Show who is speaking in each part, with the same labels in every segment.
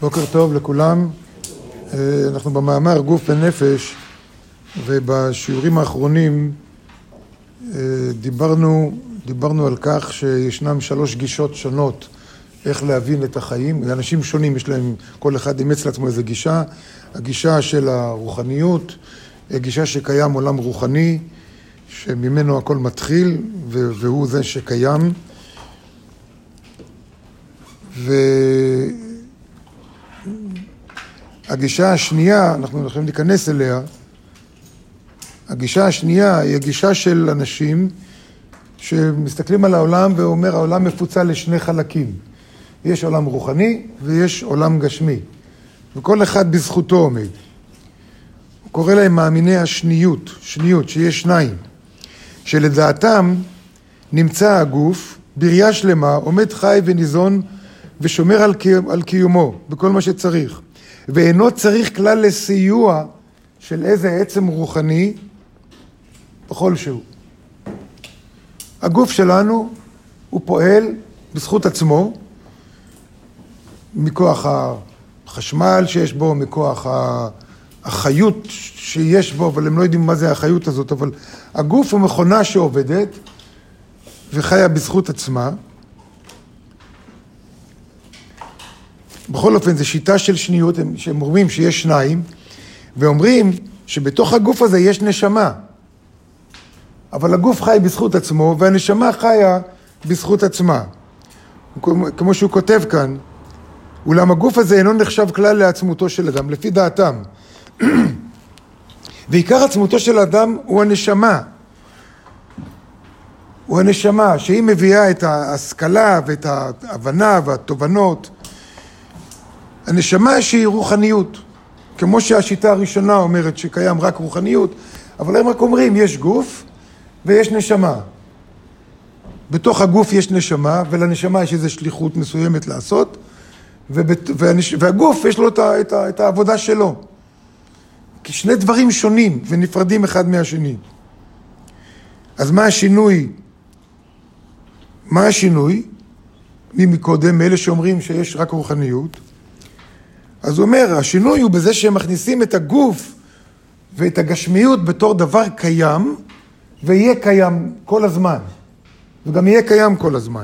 Speaker 1: בוקר טוב לכולם. אנחנו במאמר גוף ונפש, ובשיעורים האחרונים דיברנו על כך שישנם 3 גישות שונות איך להבין את החיים. אנשים שונים, יש להם, כל אחד אימץ לעצמו איזו גישה. הגישה של הרוחניות, הגישה שקיים עולם רוחני, שממנו הכל מתחיל, והוא זה שקיים. והגישה השנייה, אנחנו יכולים להיכנס אליה, הגישה השנייה היא הגישה של אנשים שמסתכלים על העולם ואומר, העולם מפוצל לשני חלקים. יש עולם רוחני ויש עולם גשמי, וכל אחד בזכותו עומד. הוא קורא להם מאמיני השניות, שיש שניים, שלדעתם נמצא הגוף בריאה שלמה, עומד חי וניזון ושומר על קיומו בכל מה שצריך, ואינו צריך כלל לסיוע של איזה עצם רוחני בכל שהוא. הגוף שלנו הוא פועל בזכות עצמו, מכוח החשמל שיש בו, מכוח החיות שיש בו, אבל הם לא יודעים מה זה החיות הזאת, אבל הגוף הוא מכונה שעובדת וחיה בזכות עצמה. בכל אופן, זו שיטה של שניות, שהם אומרים שיש שניים, ואומרים שבתוך הגוף הזה יש נשמה. אבל הגוף חי בזכות עצמו, והנשמה חיה בזכות עצמה. כמו שהוא כותב כאן, אולם הגוף הזה אינו נחשב כלל לעצמותו של אדם, לפי דעתם. ועיקר עצמותו של אדם הוא הנשמה. הוא הנשמה, שהיא מביאה את ההשכלה ואת ההבנה והתובנות. הנשמה שהיא רוחניות, כמו שהשיטה הראשונה אומרת שקיים רק רוחניות, אבל הם רק אומרים, יש גוף ויש נשמה. בתוך הגוף יש נשמה, ולנשמה יש איזו שליחות מסוימת לעשות, והגוף יש לו את העבודה שלו. כי שני דברים שונים ונפרדים אחד מהשני. אז מה השינוי? מקודם, מאלה שאומרים שיש רק רוחניות, אז הוא אומר, השינוי הוא בזה שהם מכניסים את הגוף ואת הגשמיות בתור דבר קיים, ויהיה קיים כל הזמן. וגם יהיה קיים כל הזמן.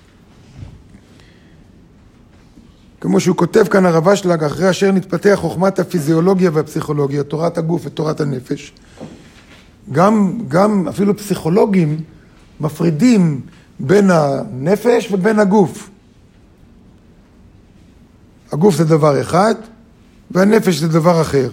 Speaker 1: כמו שהוא כותב כאן הרב אשלג, אחרי אשר נתפתח חוכמת הפיזיולוגיה והפסיכולוגיה, תורת הגוף ותורת הנפש, גם אפילו פסיכולוגים מפרידים בין הנפש ובין הגוף. הגוף זה דבר אחד, והנפש זה דבר אחר.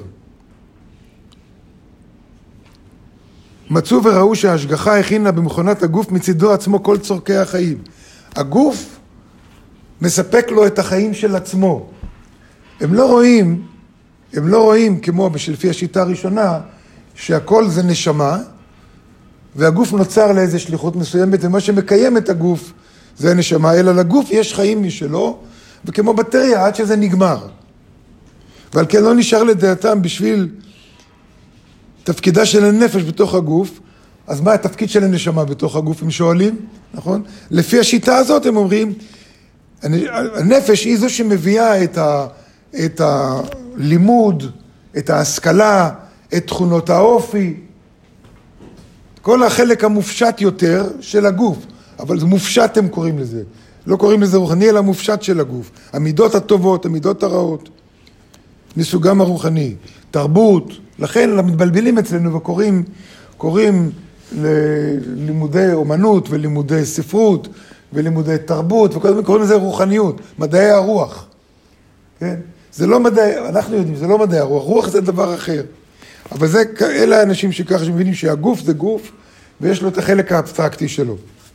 Speaker 1: מצאו וראו שההשגחה הכינה במכונת הגוף מצידו עצמו כל צורכי החיים. הגוף מספק לו את החיים של עצמו. הם לא רואים כמו לפי השיטה הראשונה, שהכל זה נשמה, והגוף נוצר לאיזו שליחות מסוימת, ומה שמקיים את הגוף זה הנשמה, אלא לגוף יש חיים משלו, וכמו בטריה עד שזה נגמר. ועל כן לא נשאר לדעתם בשביל תפקידה של הנפש בתוך הגוף. אז מה התפקיד של הנשמה בתוך הגוף, הם שואלים, נכון? לפי השיטה הזאת הם אומרים, הנפש היא זו שמביאה את הלימוד, את ההשכלה, את תכונות האופי, כל החלק המופשט יותר של הגוף. אבל זה מופשט הם קוראים לזה. לא קוראים לזה רוחני, אלא מופשט של הגוף. המידות הטובות, המידות הרעות, מסוגם הרוחני. תרבות, לכן מתבלבלים אצלנו וקוראים ללימודי אומנות ולימודי ספרות ולימודי תרבות, וקוראים לזה רוחניות, מדעי הרוח. כן? זה לא מדעי, אנחנו יודעים, זה לא מדעי הרוח, רוח זה דבר אחר. אבל אלה האנשים שככה שמבינים שהגוף זה גוף, ויש לו את החלק האבסטרקטי שלו.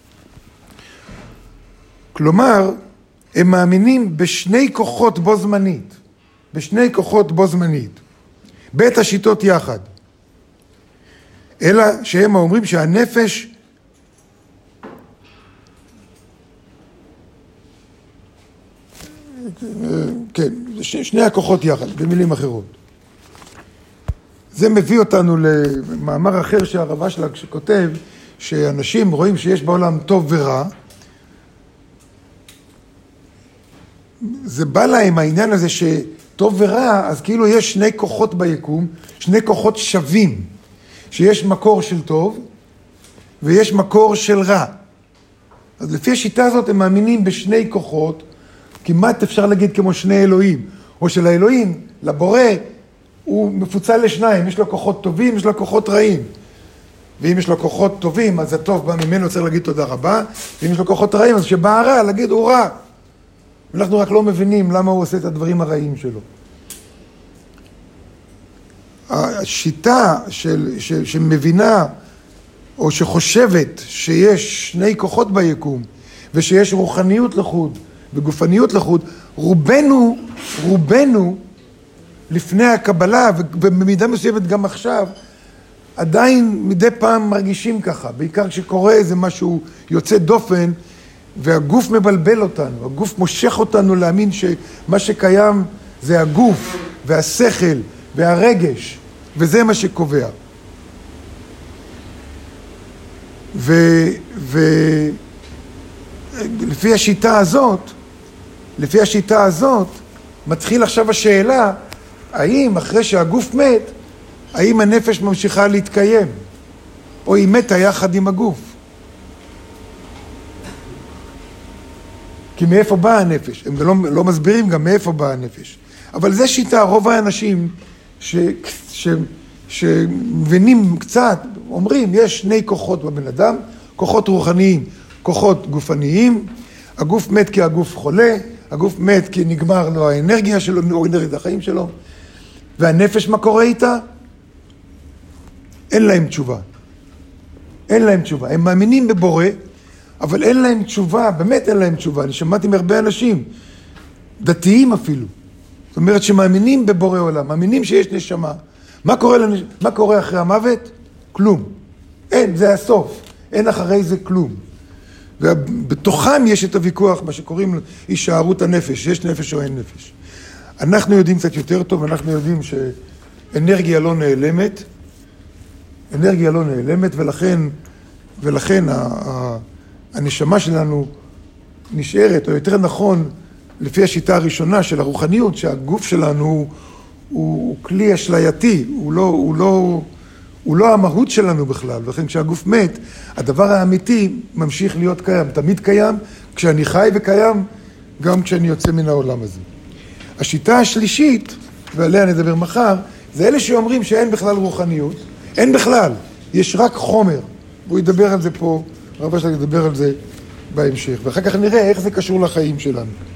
Speaker 1: כלומר, הם מאמינים בשני כוחות בו זמנית. בית השיטות יחד. אלא שהם אומרים שהנפש כן, שני הכוחות יחד, במילים אחרות. זה מביא אותנו למאמר אחר שהרב אשלג שכותב, שאנשים רואים שיש בעולם טוב ורע, זה בא להם העניין הזה שטוב ורע, אז כאילו יש שני כוחות ביקום, שני כוחות שווים, שיש מקור של טוב ויש מקור של רע. אז לפי השיטה הזאת הם מאמינים בשני כוחות, כמעט אפשר להגיד כמו שני אלוהים, או של האלוהים, לבורא, הוא מפוצל לשניים, יש לו כוחות טובים, יש לו כוחות רעים. ואם יש לו כוחות טובים, אז הטוב בא ממנו, צריך להגיד תודה רבה, ואם יש לו כוחות רעים, אז שבא הרע, להגיד הוא רע. אנחנו רק לא מבינים למה הוא עושה את הדברים הרעים שלו. השיטה שמבינה, או שחושבת שיש שני כוחות ביקום, ושיש רוחניות לחוד וגופניות לחוד, רובנו לפני הקבלה, ובמידה מסוימת גם עכשיו, עדיין מדי פעם מרגישים ככה, בעיקר כשקורה איזה משהו יוצא דופן, והגוף מבלבל אותנו, הגוף מושך אותנו להאמין שמה שקיים זה הגוף והשכל והרגש, וזה מה שקובע. ולפי השיטה הזאת, מתחיל עכשיו השאלה, האם אחרי שהגוף מת, האם הנפש ממשיכה להתקיים, או היא מתה יחד עם הגוף? כי מאיפה באה הנפש? הם לא מסבירים גם מאיפה באה הנפש. אבל זה שיטה, רוב האנשים שמבינים קצת, אומרים, יש שני כוחות בבן אדם, כוחות רוחניים, כוחות גופניים, הגוף מת כי הגוף חולה, הגוף מת כי נגמר לו האנרגיה שלו, או אנרגיית החיים שלו, והנפש מה קורה איתה? אין להם תשובה. אין להם תשובה. הם מאמינים בבורא, אבל אין להם תשובה, באמת אין להם תשובה. אני שמעתי מהרבה אנשים, דתיים אפילו. זאת אומרת שמאמינים בבורא עולם, מאמינים שיש נשמה. מה קורה אחרי המוות? כלום. אין, זה הסוף. אין אחרי זה כלום. ובתוכם יש את הוויכוח, מה שקוראים הישארות הנפש, יש נפש או אין נפש. אנחנו יודעים קצת יותר טוב, אנחנו יודעים שאנרגיה לא נעלמת, ולכן הנשמה שלנו נשארת, או יותר נכון, לפי השיטה הראשונה של הרוחניות, שהגוף שלנו הוא כלי אשלייתי, הוא לא המהות שלנו בכלל, ולכן כשהגוף מת, הדבר האמיתי ממשיך להיות קיים, תמיד קיים, כשאני חי וקיים, גם כשאני יוצא מן העולם הזה. השיטה השלישית, ועליה נדבר מחר, זה אלה שאומרים שאין בכלל רוחניות, אין בכלל, יש רק חומר, והוא ידבר על זה פה, הרב שלנו ידבר על זה בהמשך, ואחר כך נראה איך זה קשור לחיים שלנו.